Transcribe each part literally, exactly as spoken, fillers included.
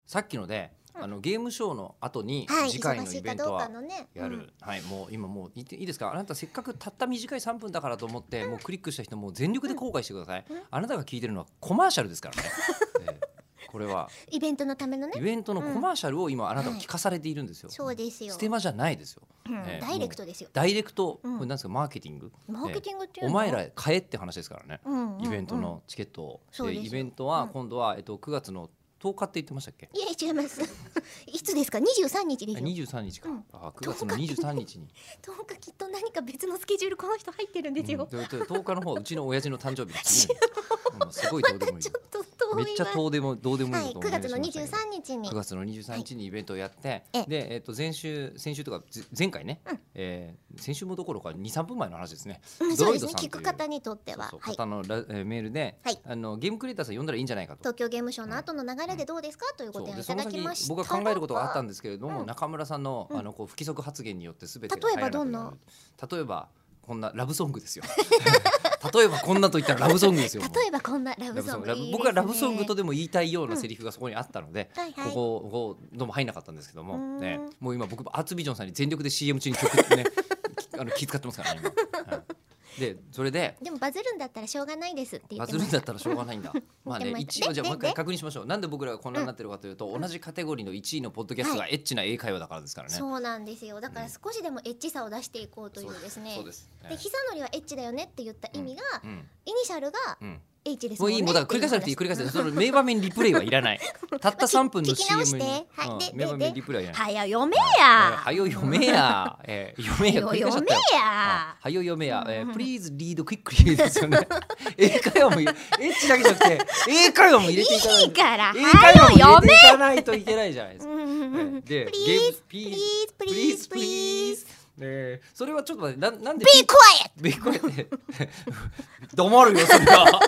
さっきので、あのゲームショーの後にはい次回のイベントは忙しいかどうかのねやる、 うんはいもう今もういいいいですか、あなたせっかくたった短いさんぷんだからと思って、もうクリックした人もう全力で後悔してください、あなたが聞いてるのはコマーシャルですからね、えーこれはイベントのためのねイベントのコマーシャルを今あなたは聞かされているんですよ、 そうですよステマじゃないですよ、 うんえーダイレクトですよもうダイレクト、 うんこれなんですかマーケティング、 マーケティングっていうのお前ら買えって話ですからね、 うんうんうんイベントのチケットを、 そうですよイベントは今度は、えっと、くがつのとおかって言ってましたっけ、 いや違いますいつですかにじゅうさんにちですよにじゅうさんにちか、 うんあくがつのにじゅうさんにちにとおかきっと何か別のスケジュールこの人入ってるんですよ、 うん、ででとおかの方はうちの親父の誕生日の次の日、うん、すごいどうでもいいちょっと遠いわめっちゃどうでもどうでもいいことはい、くがつの思い出しましたけどにじゅうさんにちにくがつのにじゅうさんにちにイベントをやって、 ええで、えっと前週先週とかぜ前回ね、 うんえー先週もどころかに、さんぷんまえの話ですね、 うんドロそうですねイドさんという聞く方にとってはそうそうはい方のラ、えーメールで、 はいあのゲームクリエイターさん呼んだらいいんじゃないかと。 東京ゲームショウの後の流れでどうですかというご提案いただきました僕が考えることがあったんですけれども、 うん中村さんの、 うんあのこう不規則発言によって全てが例えば入らなくなるどんな例えばこんなラブソングですよ例えばこんなと言ったらラブソングですよ例えばこんなラブソングラブいいですね僕はラブソングとでも言いたいようなセリフがそこにあったので、 はいはいここここどうも入んなかったんですけども、 うーんね、もう今僕アーツビジョンさんに全力で シーエム 中に曲ねあの気遣ってますからね今、はいでそれででもバズるんだったらしょうがないですって言バってましたズるんだったらしょうがないんだまあねでも一応じゃあもう一でで回確認しましょう。なんで僕らがこんなになってるかというと、同じカテゴリーのいちいのポッドキャストがエッチな英会話だからですからね。 そうなんですよだから少しでもエッチさを出していこうというですねそうですで久典はエッチだよねって言った意味がうんイニシャルがうん H ですももんねういいもうだから繰り返さなくていい繰り返さなくていいその名場面リプレイはいらないたったさんぷんの聞き直シーエムしてに、 はいでうん名場面リプレイはいらない。 はや読めえーやはよ読めや、えー、読めや繰り返しちゃったよ。 読めやあはよ読めや、えー、Please read quickly ですよね。英会話も入れエッチだけじゃなくて英会話も入れていかないいいから英会話も入はよれていかないといけないじゃないですか。 うんうんうんで Please ゲーム please please please ねそれはちょっと待ってななんで Be quiet ビッコって黙るよそれは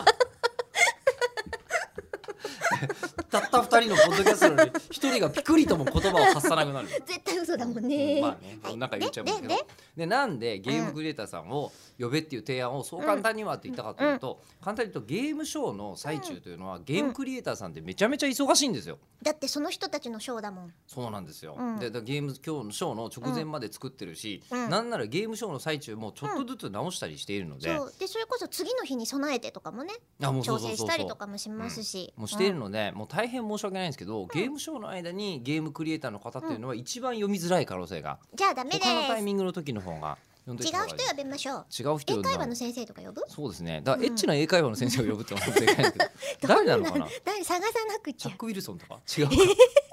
たった二人のポッドキャストなのに一人がピクリとも言葉を発さなくなる。 絶対嘘だもんねまあね、 はいなんか言っちゃうんですけどでででなんでゲームクリエイターさんを呼べっていう提案をそう簡単にはって言ったかというと、簡単に言うとゲームショーの最中というのはゲームクリエイターさんってめちゃめちゃ忙しいんですよ。 だってその人たちのショーだもんそうなんですよ、 うんでだゲーム今日のショーの直前まで作ってるし、 うんなんならゲームショーの最中もちょっとずつ直したりしているので、 そうでそれこそ次の日に備えてとかもねあもうそう調整しそうそうそうたりとかもしますしもうしているので、もう大変申し訳ないんですけど、ゲームショーの間にゲームクリエイターの方っていうのは一番読みづらい可能性が、 じゃあダメです他のタイミングの時の方が読んで違う人呼びましょう違う人呼んだ英会話の先生とか呼ぶそうですね。だからエッチな英会話の先生を呼ぶってのは正解ですけど、誰なのかな。 誰探さなくちゃチャック・ウィルソンとか違うか